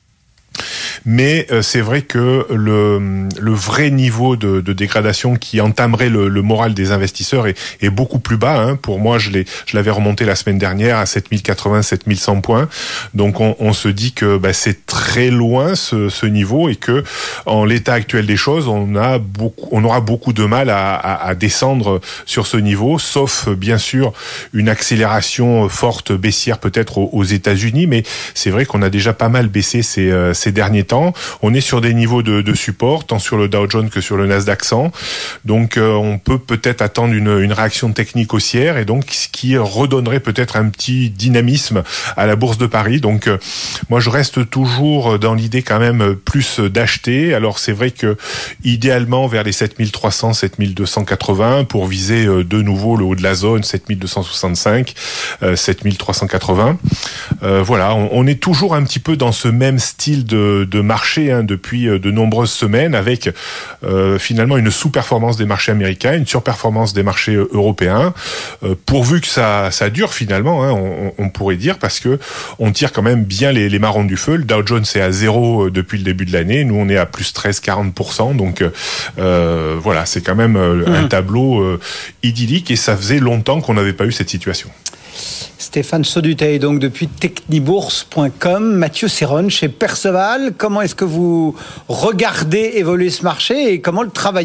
Mais euh, c'est vrai que le, le vrai niveau de, de dégradation qui entamerait le, le moral des investisseurs est, est beaucoup plus bas. Hein. Pour moi, je, l'ai, je l'avais remonté la semaine dernière à sept mille quatre-vingts, sept mille cent points. Donc on, on se dit que bah, c'est très loin ce, ce niveau et que en l'état actuel des choses, on, a beaucoup, on aura beaucoup de mal à, à, à descendre sur ce niveau, sauf bien sûr une accélération forte baissière peut-être aux, aux États-Unis. Mais c'est vrai qu'on a déjà pas mal baissé ces, euh, ces derniers temps. On est sur des niveaux de, de support, tant sur le Dow Jones que sur le Nasdaq cent. Donc, euh, on peut peut-être attendre une, une réaction technique haussière et donc ce qui redonnerait peut-être un petit dynamisme à la Bourse de Paris. Donc, euh, moi, je reste toujours dans l'idée quand même plus d'acheter. Alors, c'est vrai que idéalement vers les sept mille trois cents, sept mille deux cent quatre-vingts pour viser euh, de nouveau le haut de la zone, sept mille deux cent soixante-cinq, euh, sept mille trois cent quatre-vingts. Euh, voilà, on, on est toujours un petit peu dans ce même style de, de marché hein, depuis de nombreuses semaines avec euh, finalement une sous-performance des marchés américains, une surperformance des marchés européens, euh, pourvu que ça, ça dure finalement, hein, on, on pourrait dire, parce que on tire quand même bien les, les marrons du feu. Le Dow Jones est à zéro depuis le début de l'année, nous on est à plus treize à quarante pour cent, donc euh, voilà, c'est quand même mmh. un tableau euh, idyllique et ça faisait longtemps qu'on n'avait pas eu cette situation. Stéphane Sauduteil, donc depuis technibourse point com, Mathieu Serron chez Perceval. Comment est-ce que vous regardez évoluer ce marché et comment le travaillez-vous ?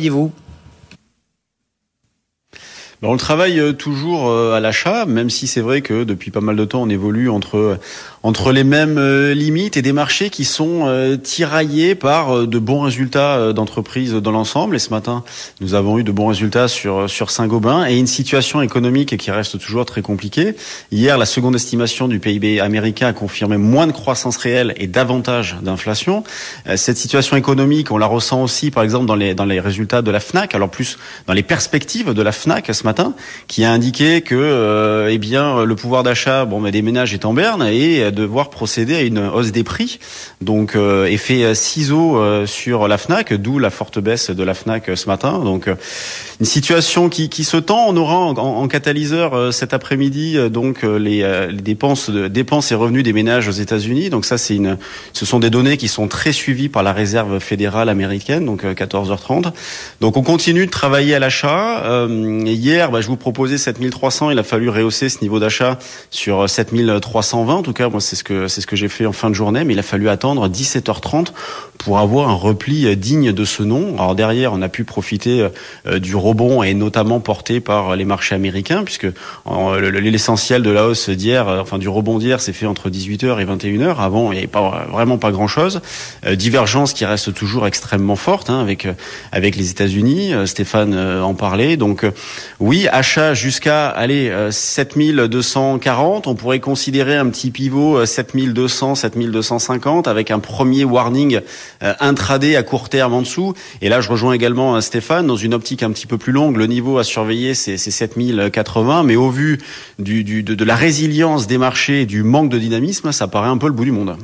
On le travaille toujours à l'achat, même si c'est vrai que depuis pas mal de temps, on évolue entre entre les mêmes limites et des marchés qui sont tiraillés par de bons résultats d'entreprises dans l'ensemble. Et ce matin, nous avons eu de bons résultats sur sur Saint-Gobain et une situation économique qui reste toujours très compliquée. Hier, la seconde estimation du P I B américain a confirmé moins de croissance réelle et davantage d'inflation. Cette situation économique, on la ressent aussi, par exemple, dans les dans les résultats de la Fnac. Alors plus dans les perspectives de la Fnac ce matin, qui a indiqué que euh, eh bien le pouvoir d'achat bon mais des ménages est en berne et devoir procéder à une hausse des prix. Donc euh, effet ciseau euh, sur la Fnac, d'où la forte baisse de la Fnac ce matin. Donc euh, une situation qui qui se tend. On aura en, en catalyseur euh, cet après-midi euh, donc euh, les, euh, les dépenses de, dépenses et revenus des ménages aux États-Unis. Donc ça c'est une ce sont des données qui sont très suivies par la Réserve fédérale américaine, donc euh, quatorze heures trente. Donc on continue de travailler à l'achat. Euh, hier bah, je vous proposais sept mille trois cents, il a fallu rehausser ce niveau d'achat sur sept mille trois cent vingt. En tout cas, moi c'est ce que c'est ce que j'ai fait en fin de journée, mais il a fallu attendre dix-sept heures trente pour avoir un repli digne de ce nom. Alors derrière, on a pu profiter euh, du rebond et notamment porté par les marchés américains, puisque en, l'essentiel de la hausse d'hier, enfin du rebond d'hier, s'est fait entre dix-huit heures et vingt et une heures. Avant, il n'y avait pas vraiment pas grand-chose. Euh, divergence qui reste toujours extrêmement forte hein, avec avec les États-Unis. Euh, Stéphane euh, en parlait. Donc euh, oui, achat jusqu'à allez euh, sept mille deux cent quarante. On pourrait considérer un petit pivot euh, sept mille deux cents, sept mille deux cent cinquante avec un premier warning euh, intraday à court terme en dessous. Et là, je rejoins également euh, Stéphane dans une optique un petit peu plus longue. Le niveau à surveiller, c'est, c'est sept mille quatre-vingts, mais au vu du, du, de, de la résilience des marchés et du manque de dynamisme, ça paraît un peu le bout du monde.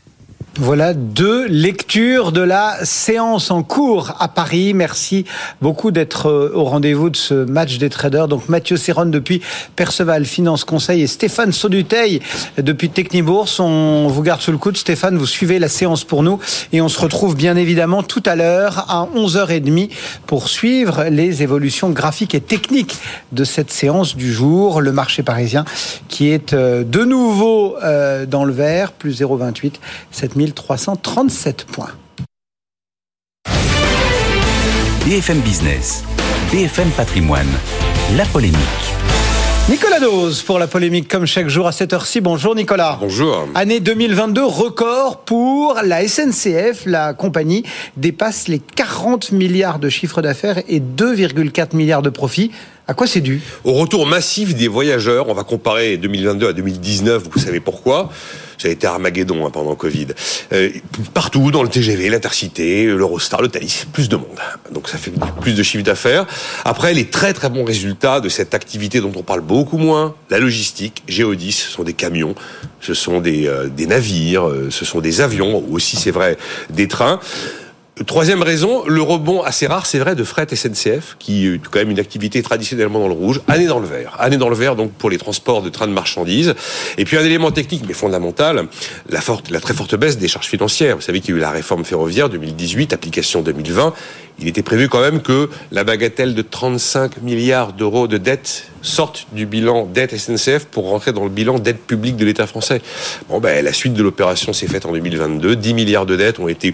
Voilà deux lectures de la séance en cours à Paris. Merci beaucoup d'être au rendez-vous de ce match des traders. Donc Mathieu Serron depuis Perceval Finance Conseil et Stéphane Sauduteil depuis Technibourse. On vous garde sous le coude. Stéphane, vous suivez la séance pour nous et on se retrouve bien évidemment tout à l'heure à onze heures trente pour suivre les évolutions graphiques et techniques de cette séance du jour. Le marché parisien qui est de nouveau dans le vert, plus zéro virgule vingt-huit, sept mille trois cent trente-sept points. B F M Business, B F M Patrimoine, la polémique. Nicolas Dose pour la polémique comme chaque jour à cette heure-ci. Bonjour Nicolas. Bonjour. Année deux mille vingt-deux, record pour la S N C F. La compagnie dépasse les quarante milliards de chiffre d'affaires et deux virgule quatre milliards de profits. À quoi c'est dû ? Au retour massif des voyageurs. On va comparer deux mille vingt-deux à deux mille dix-neuf. Vous savez pourquoi ? Ça a été Armageddon hein, pendant le Covid. Euh, partout, dans le T G V, l'Intercité, l'Eurostar, le Thalys, plus de monde. Donc ça fait plus de chiffre d'affaires. Après, les très très bons résultats de cette activité dont on parle beaucoup moins, la logistique, Géodis, ce sont des camions, ce sont des, euh, des navires, euh, ce sont des avions, aussi c'est vrai, des trains. Troisième raison, le rebond assez rare, c'est vrai, de Fret S N C F, qui est quand même une activité traditionnellement dans le rouge, année dans le vert. Année dans le vert, donc, pour les transports de trains de marchandises. Et puis, un élément technique, mais fondamental, la forte, la très forte baisse des charges financières. Vous savez qu'il y a eu la réforme ferroviaire deux mille dix-huit, application deux mille vingt. Il était prévu quand même que la bagatelle de trente-cinq milliards d'euros de dette sorte du bilan dette S N C F pour rentrer dans le bilan dette publique de l'État français. Bon, ben, la suite de l'opération s'est faite en deux mille vingt-deux. dix milliards de dettes ont été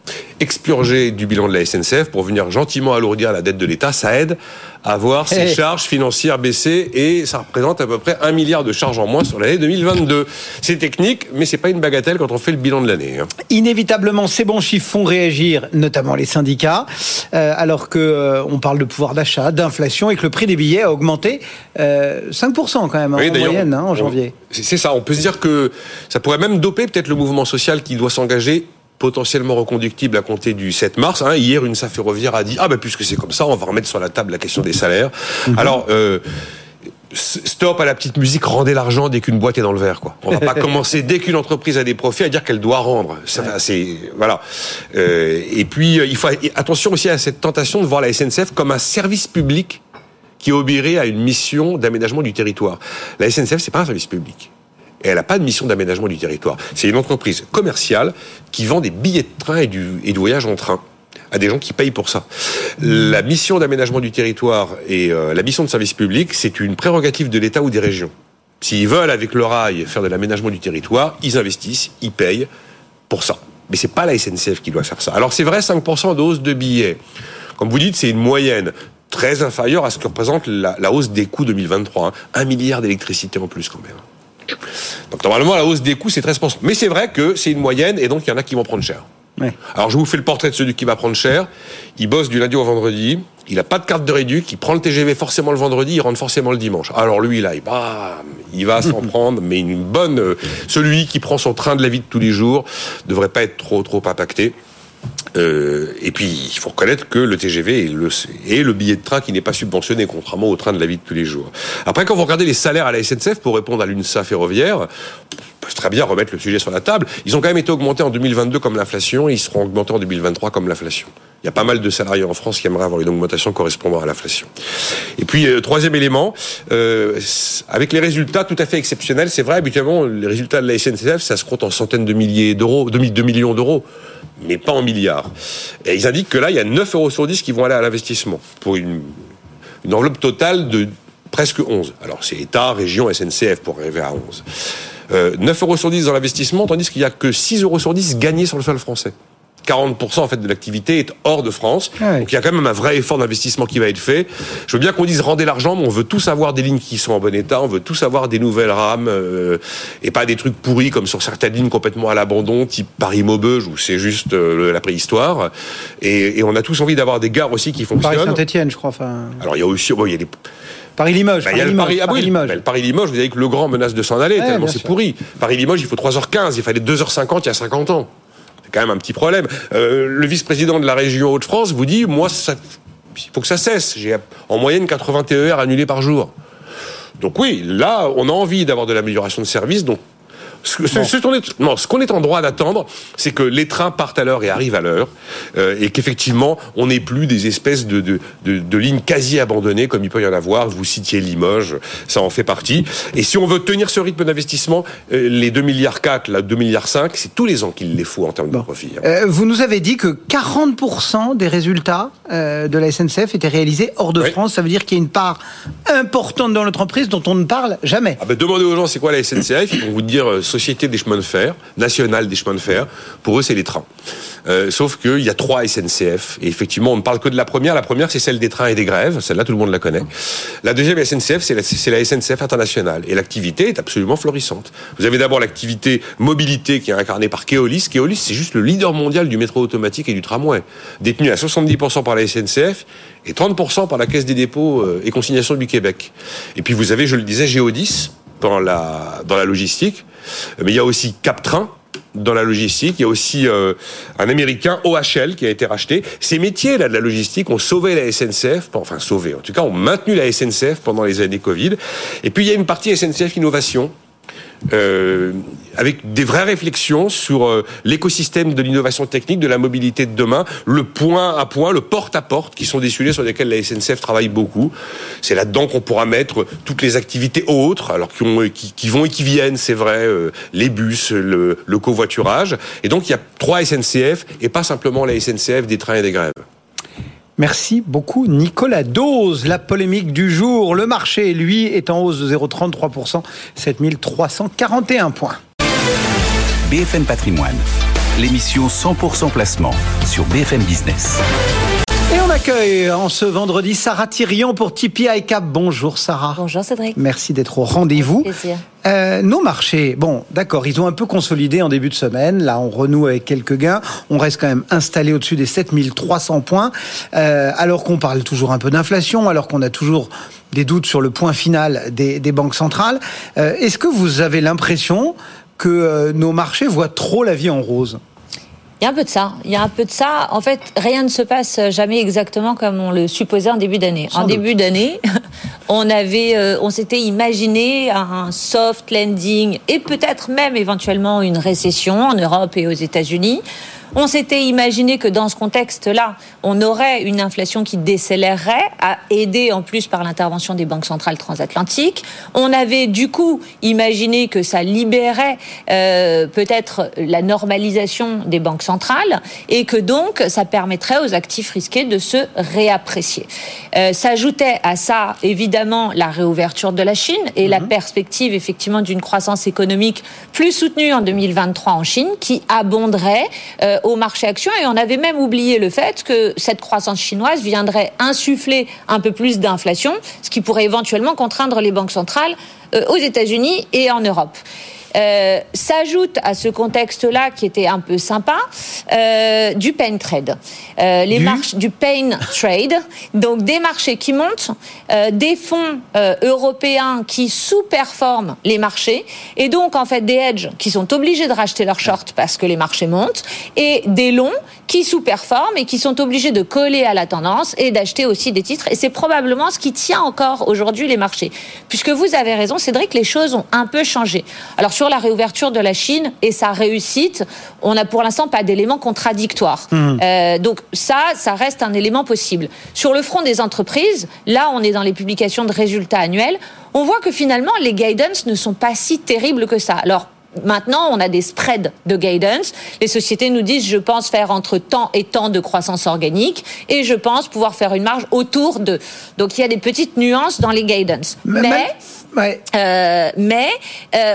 expurgé du bilan de la S N C F pour venir gentiment alourdir la dette de l'État. Ça aide à voir ses hey. charges financières baisser et ça représente à peu près un milliard de charges en moins sur l'année deux mille vingt-deux. C'est technique, mais c'est pas une bagatelle quand on fait le bilan de l'année. Inévitablement, ces bons chiffres font réagir, notamment les syndicats, euh, alors que euh, on parle de pouvoir d'achat, d'inflation et que le prix des billets a augmenté euh, cinq pour cent quand même oui, en moyenne hein, en janvier. C'est ça, on peut se dire que ça pourrait même doper peut-être le mouvement social qui doit s'engager potentiellement reconductible à compter du sept mars. Hein. Hier, une S A ferroviaire a dit « Ah ben puisque c'est comme ça, on va remettre sur la table la question des salaires. Mm-hmm. » Alors, euh, stop à la petite musique, rendez l'argent dès qu'une boîte est dans le vert. Quoi. On va pas commencer, dès qu'une entreprise a des profits, à dire qu'elle doit rendre. Ça, ouais. c'est, voilà. Euh, et puis, il faut attention aussi à cette tentation de voir la S N C F comme un service public qui obéirait à une mission d'aménagement du territoire. La S N C F, c'est pas un service public. Et elle n'a pas de mission d'aménagement du territoire. C'est une entreprise commerciale qui vend des billets de train et du, et du voyage en train à des gens qui payent pour ça. La mission d'aménagement du territoire et euh, la mission de service public, c'est une prérogative de l'État ou des régions. S'ils veulent, avec le rail, faire de l'aménagement du territoire, ils investissent, ils payent pour ça. Mais c'est pas la S N C F qui doit faire ça. Alors c'est vrai, cinq pour cent de hausse de billets. Comme vous dites, c'est une moyenne très inférieure à ce que représente la, la hausse des coûts deux mille vingt-trois. Hein. Un milliard d'électricité en plus quand même. Donc normalement la hausse des coûts c'est treize pour cent. Mais c'est vrai que c'est une moyenne et donc il y en a qui vont prendre cher. Ouais. Alors je vous fais le portrait de celui qui va prendre cher. Il bosse du lundi au vendredi, il n'a pas de carte de réduc, il prend le T G V forcément le vendredi, il rentre forcément le dimanche. Alors lui là, il, bah, il va s'en prendre, mais une bonne... Euh, celui qui prend son train de la vie de tous les jours devrait pas être trop trop impacté. Euh, et puis il faut reconnaître que le T G V est le, est le billet de train qui n'est pas subventionné contrairement au train de la vie de tous les jours. Après quand vous regardez les salaires à la S N C F pour répondre à l'U N S A ferroviaire, on peut très bien remettre le sujet sur la table. Ils ont quand même été augmentés en deux mille vingt-deux comme l'inflation et ils seront augmentés en deux mille vingt-trois comme l'inflation. Il y a pas mal de salariés en France qui aimeraient avoir une augmentation correspondant à l'inflation. Et puis, euh, troisième élément, euh, avec les résultats tout à fait exceptionnels, c'est vrai, habituellement, les résultats de la S N C F, ça se compte en centaines de milliers d'euros, deux millions d'euros, mais pas en milliards. Et ils indiquent que là, il y a neuf euros sur dix qui vont aller à l'investissement, pour une, une enveloppe totale de presque onze. Alors, c'est État, région, S N C F pour arriver à onze. Euh, neuf euros sur dix dans l'investissement, tandis qu'il n'y a que six euros sur dix gagnés sur le sol français. quarante pour cent en fait de l'activité est hors de France. Ah oui. Donc il y a quand même un vrai effort d'investissement qui va être fait. Je veux bien qu'on dise rendez l'argent, mais on veut tous avoir des lignes qui sont en bon état, on veut tous avoir des nouvelles rames euh, et pas des trucs pourris comme sur certaines lignes complètement à l'abandon, type Paris-Maubeuge où c'est juste euh, la préhistoire. Et, et on a tous envie d'avoir des gares aussi qui fonctionnent. Paris-Saint-Étienne, je crois. Enfin... Alors il y a aussi, bon, il y a des Paris-Limoges. Ben, Paris il y a le Paris, ah, oui, Paris-Limoges. Ben, le Paris-Limoges, vous savez que le grand menace de s'en aller, ouais, tellement c'est sûr. Pourri. Paris-Limoges, il faut trois heures quinze, il fallait deux heures cinquante il y a cinquante ans. C'est quand même un petit problème. Euh, le vice-président de la région Hauts-de-France vous dit, moi, ça, il faut que ça cesse. J'ai en moyenne quatre-vingts T E R annulés par jour. Donc oui, là, on a envie d'avoir de l'amélioration de service. Donc, ce, ce, ce, qu'on est, non, ce qu'on est en droit d'attendre, c'est que les trains partent à l'heure et arrivent à l'heure, euh, et qu'effectivement, on n'ait plus des espèces de, de, de, de lignes quasi abandonnées, comme il peut y en avoir. Vous citiez Limoges, ça en fait partie. Et si on veut tenir ce rythme d'investissement, euh, les deux milliards quatre, là, deux milliards cinq, c'est tous les ans qu'il les faut en termes bon. de profit. Euh, vous nous avez dit que quarante pour cent des résultats euh, de la S N C F étaient réalisés hors de oui. France. Ça veut dire qu'il y a une part importante dans l'entreprise dont on ne parle jamais. Ah ben, demandez aux gens c'est quoi la S N C F, ils vont vous dire euh, Société des chemins de fer, nationale des chemins de fer. Pour eux, c'est les trains. Euh, sauf qu'il y a trois S N C F. Et effectivement, on ne parle que de la première. La première, c'est celle des trains et des grèves. Celle-là, tout le monde la connaît. La deuxième S N C F, c'est la, c'est la S N C F internationale. Et l'activité est absolument florissante. Vous avez d'abord l'activité mobilité qui est incarnée par Keolis. Keolis, c'est juste le leader mondial du métro automatique et du tramway. Détenu à soixante-dix pour cent par la S N C F et trente pour cent par la Caisse des dépôts et consignations du Québec. Et puis vous avez, je le disais, Géodis dans la, dans la logistique. Mais il y a aussi Captrain dans la logistique. Il y a aussi euh, un Américain, O H L, qui a été racheté. Ces métiers-là de la logistique ont sauvé la S N C F, enfin sauvé, en tout cas ont maintenu la S N C F pendant les années Covid. Et puis il y a une partie S N C F Innovation. Euh, avec des vraies réflexions sur euh, l'écosystème de l'innovation technique, de la mobilité de demain, le point à point, le porte-à-porte, qui sont des sujets sur lesquels la S N C F travaille beaucoup. C'est là-dedans qu'on pourra mettre toutes les activités autres, alors qui, ont, qui, qui vont et qui viennent, c'est vrai, euh, les bus, le, le covoiturage. Et donc, il y a trois S N C F et pas simplement la S N C F des trains et des grèves. Merci beaucoup Nicolas Dose. La polémique du jour, le marché, lui, est en hausse de zéro virgule trente-trois pour cent, sept mille trois cent quarante et un points. B F M Patrimoine, l'émission cent pour cent placement sur B F M Business. Et on accueille en ce vendredi Sarah Thirion pour T P I Cap. Bonjour Sarah. Bonjour Cédric. Merci d'être au rendez-vous. Avec plaisir. Euh, nos marchés, bon, d'accord, ils ont un peu consolidé en début de semaine. Là, on renoue avec quelques gains. On reste quand même installé au-dessus des sept mille trois cents points, euh, alors qu'on parle toujours un peu d'inflation, alors qu'on a toujours des doutes sur le point final des, des banques centrales. Euh, est-ce que vous avez l'impression que euh, nos marchés voient trop la vie en rose ? Il y a un peu de ça. Il y a un peu de ça. En fait, rien ne se passe jamais exactement comme on le supposait en début d'année. Sans en doute. début d'année, on avait, euh, on s'était imaginé un soft landing et peut-être même éventuellement une récession en Europe et aux États-Unis. On s'était imaginé que dans ce contexte-là, on aurait une inflation qui décélérerait, aidée en plus par l'intervention des banques centrales transatlantiques. On avait du coup imaginé que ça libérait euh, peut-être la normalisation des banques centrales et que donc ça permettrait aux actifs risqués de se réapprécier. Euh, s'ajoutait à ça évidemment la réouverture de la Chine et mmh. la perspective effectivement d'une croissance économique plus soutenue en deux mille vingt-trois en Chine qui abonderait euh, au marché action, et on avait même oublié le fait que cette croissance chinoise viendrait insuffler un peu plus d'inflation, ce qui pourrait éventuellement contraindre les banques centrales euh, aux États-Unis et en Europe. Euh, s'ajoute à ce contexte-là qui était un peu sympa euh, du pain trade, euh, les du... marches du pain trade, donc des marchés qui montent, euh, des fonds euh, européens qui sous-performent les marchés, et donc en fait des hedges qui sont obligés de racheter leurs shorts parce que les marchés montent, et des longs qui sous-performent et qui sont obligés de coller à la tendance et d'acheter aussi des titres. Et c'est probablement ce qui tient encore aujourd'hui les marchés, puisque vous avez raison, Cédric, les choses ont un peu changé. Alors sur la réouverture de la Chine et sa réussite, on n'a pour l'instant pas d'éléments contradictoires. Mmh. Euh, donc ça, ça reste un élément possible. Sur le front des entreprises, là, on est dans les publications de résultats annuels. On voit que finalement, les guidance ne sont pas si terribles que ça. Alors, maintenant, on a des spreads de guidance. Les sociétés nous disent, je pense faire entre tant et tant de croissance organique, et je pense pouvoir faire une marge autour de. Donc, il y a des petites nuances dans les guidance. Mais, mais Ouais. Euh, mais euh,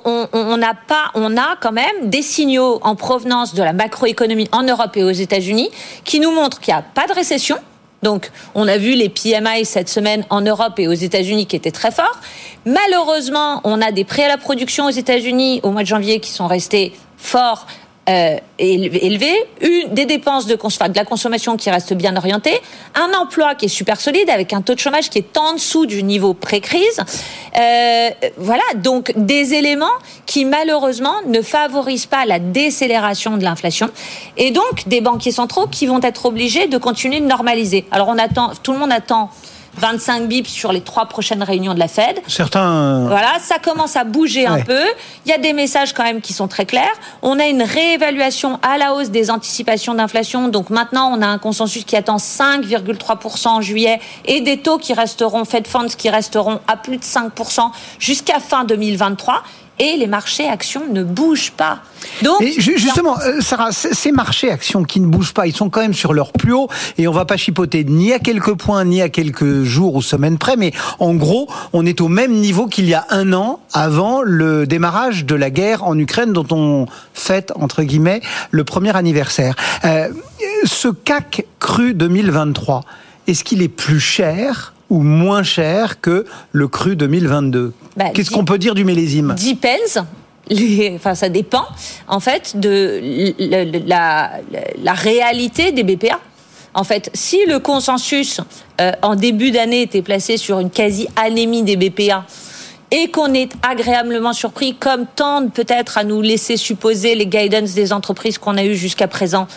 on n'a pas, on a quand même des signaux en provenance de la macroéconomie en Europe et aux États-Unis qui nous montrent qu'il n'y a pas de récession. Donc, on a vu les P M I cette semaine en Europe et aux États-Unis qui étaient très forts. Malheureusement, on a des prix à la production aux États-Unis au mois de janvier qui sont restés forts. Euh, élevé, une, des dépenses de, cons- de la consommation qui restent bien orientées, un emploi qui est super solide avec un taux de chômage qui est en dessous du niveau pré-crise. Euh, voilà, donc des éléments qui malheureusement ne favorisent pas la décélération de l'inflation, et donc des banquiers centraux qui vont être obligés de continuer de normaliser. Alors on attend, tout le monde attend vingt-cinq bips sur les trois prochaines réunions de la Fed. Certains... Voilà, ça commence à bouger ouais. un peu. Il y a des messages quand même qui sont très clairs. On a une réévaluation à la hausse des anticipations d'inflation. Donc maintenant, on a un consensus qui attend cinq virgule trois pour cent en juillet et des taux qui resteront, Fed Funds qui resteront à plus de cinq pour cent jusqu'à fin deux mille vingt-trois. Et les marchés actions ne bougent pas. Donc, et justement, Sarah, ces marchés actions qui ne bougent pas, ils sont quand même sur leur plus haut, et on va pas chipoter ni à quelques points, ni à quelques jours ou semaines près, mais en gros, on est au même niveau qu'il y a un an, avant le démarrage de la guerre en Ukraine, dont on fête, entre guillemets, le premier anniversaire. Euh, ce C A C cru deux mille vingt-trois, est-ce qu'il est plus cher ou moins cher que le cru deux mille vingt-deux? Bah, Qu'est-ce qu'on peut dire du millésime? Depends. Les, enfin, ça dépend, en fait, de la, la, la réalité des B P A. En fait, si le consensus, euh, en début d'année, était placé sur une quasi-anémie des B P A, et qu'on est agréablement surpris, comme tendent peut-être à nous laisser supposer les guidance des entreprises qu'on a eues jusqu'à présent,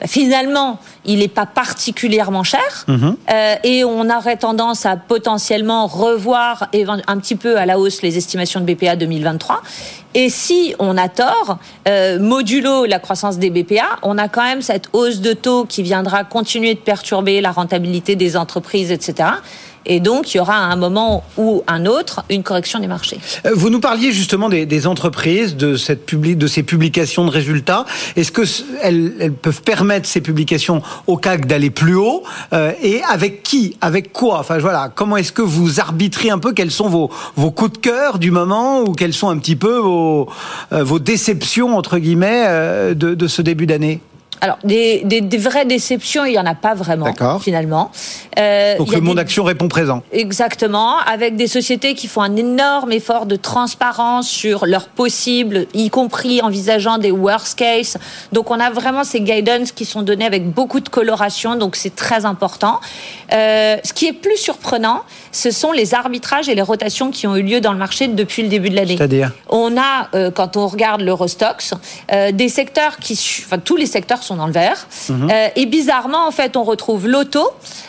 finalement, il n'est pas particulièrement cher mmh. euh, et on aurait tendance à potentiellement revoir un petit peu à la hausse les estimations de B P A deux mille vingt-trois. Et si on a tort, euh, modulo la croissance des B P A, on a quand même cette hausse de taux qui viendra continuer de perturber la rentabilité des entreprises, et cetera. Et donc, il y aura à un moment ou un autre une correction des marchés. Vous nous parliez justement des, des entreprises, de, cette publi- de ces publications de résultats. Est-ce qu'elles elles peuvent permettre ces publications au C A C d'aller plus haut euh, et avec qui? Avec quoi? Enfin, voilà. Comment est-ce que vous arbitrez un peu? Quels sont vos, vos coups de cœur du moment ou quelles sont un petit peu vos, euh, vos déceptions, entre guillemets, euh, de, de ce début d'année? Alors, des, des, des vraies déceptions, il n'y en a pas vraiment, D'accord. finalement. Euh, Donc, le monde des... action répond présent. Exactement, avec des sociétés qui font un énorme effort de transparence sur leurs possibles, y compris envisageant des worst case. Donc, on a vraiment ces guidance qui sont donnés avec beaucoup de coloration, donc c'est très important. Euh, ce qui est plus surprenant, ce sont les arbitrages et les rotations qui ont eu lieu dans le marché depuis le début de l'année. C'est-à-dire ? On a, euh, quand on regarde l'Eurostoxx, euh, des secteurs qui... Enfin, tous les secteurs sont dans le vert. Mmh. Euh, et bizarrement, en fait, on retrouve l'auto,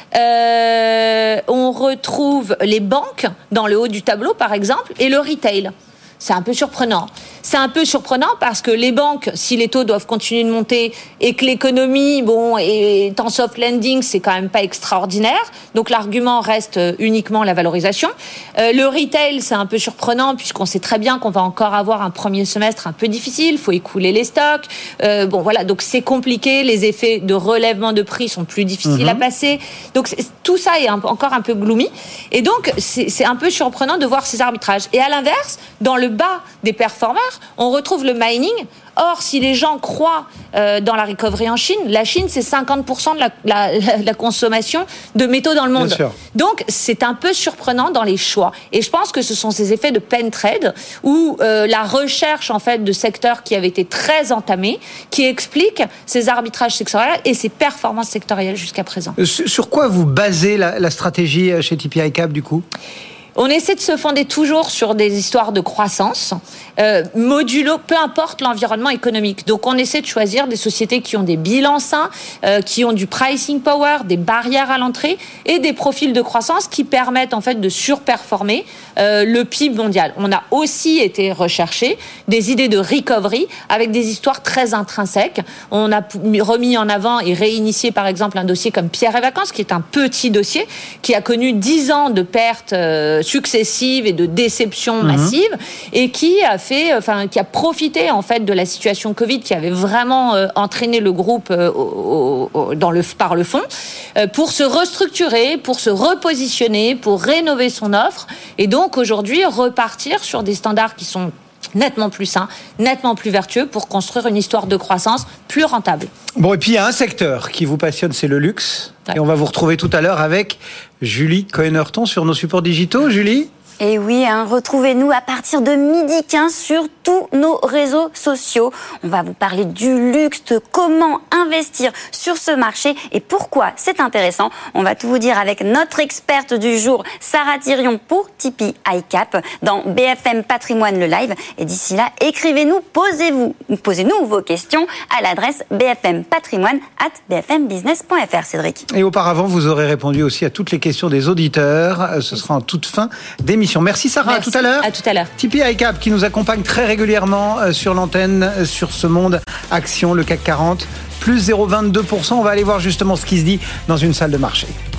euh, on retrouve les banques dans le haut du tableau, par exemple, et le retail. C'est un peu surprenant. C'est un peu surprenant parce que les banques, si les taux doivent continuer de monter et que l'économie, bon, est en soft landing, c'est quand même pas extraordinaire. Donc l'argument reste uniquement la valorisation. Euh, le retail, c'est un peu surprenant puisqu'on sait très bien qu'on va encore avoir un premier semestre un peu difficile. Il faut écouler les stocks. Euh, bon, voilà. Donc c'est compliqué. Les effets de relèvement de prix sont plus difficiles mmh. à passer. Donc tout ça est un, encore un peu gloomy. Et donc c'est, c'est un peu surprenant de voir ces arbitrages. Et à l'inverse, dans le bas des performeurs, on retrouve le mining. Or, si les gens croient euh, dans la recovery en Chine, la Chine, c'est cinquante pour cent de la, la, la, la consommation de métaux dans le monde. Donc, c'est un peu surprenant dans les choix. Et je pense que ce sont ces effets de pen trade où euh, la recherche en fait de secteurs qui avaient été très entamés qui expliquent ces arbitrages sectoriels et ces performances sectorielles jusqu'à présent. Sur quoi vous basez la, la stratégie chez T P I Cap, du coup ? On essaie de se fonder toujours sur des histoires de croissance, euh, modulo, peu importe l'environnement économique. Donc, on essaie de choisir des sociétés qui ont des bilans sains, euh, qui ont du pricing power, des barrières à l'entrée et des profils de croissance qui permettent en fait de surperformer euh, le P I B mondial. On a aussi été rechercher des idées de recovery avec des histoires très intrinsèques. On a remis en avant et réinitié par exemple un dossier comme Pierre et Vacances, qui est un petit dossier qui a connu dix ans de pertes euh, successives et de déceptions mmh. massives et qui a fait, enfin, qui a profité en fait de la situation Covid qui avait vraiment euh, entraîné le groupe euh, au, au, dans le, par le fond euh, pour se restructurer, pour se repositionner, pour rénover son offre et donc aujourd'hui repartir sur des standards qui sont nettement plus sain, nettement plus vertueux pour construire une histoire de croissance plus rentable. Bon, et puis il y a un secteur qui vous passionne, c'est le luxe. Ouais. Et on va vous retrouver tout à l'heure avec Julie Cohen-Hurton sur nos supports digitaux. Julie ? Et oui, hein, retrouvez-nous à partir de midi quinze sur tous nos réseaux sociaux. On va vous parler du luxe, de comment investir sur ce marché et pourquoi c'est intéressant. On va tout vous dire avec notre experte du jour, Sarah Thirion pour T P I Cap dans B F M Patrimoine le live. Et d'ici là, écrivez-nous, posez-vous, posez-nous vos questions à l'adresse b f m patrimoine arobase b f m business point f r. Cédric. Et auparavant, vous aurez répondu aussi à toutes les questions des auditeurs. Ce sera en toute fin d'émission. Merci Sarah, Merci. à tout à l'heure. À tout à l'heure. T P I Cap qui nous accompagne très régulièrement sur l'antenne, sur ce monde action, le C A C quarante, plus zéro virgule vingt-deux pour cent. On va aller voir justement ce qui se dit dans une salle de marché.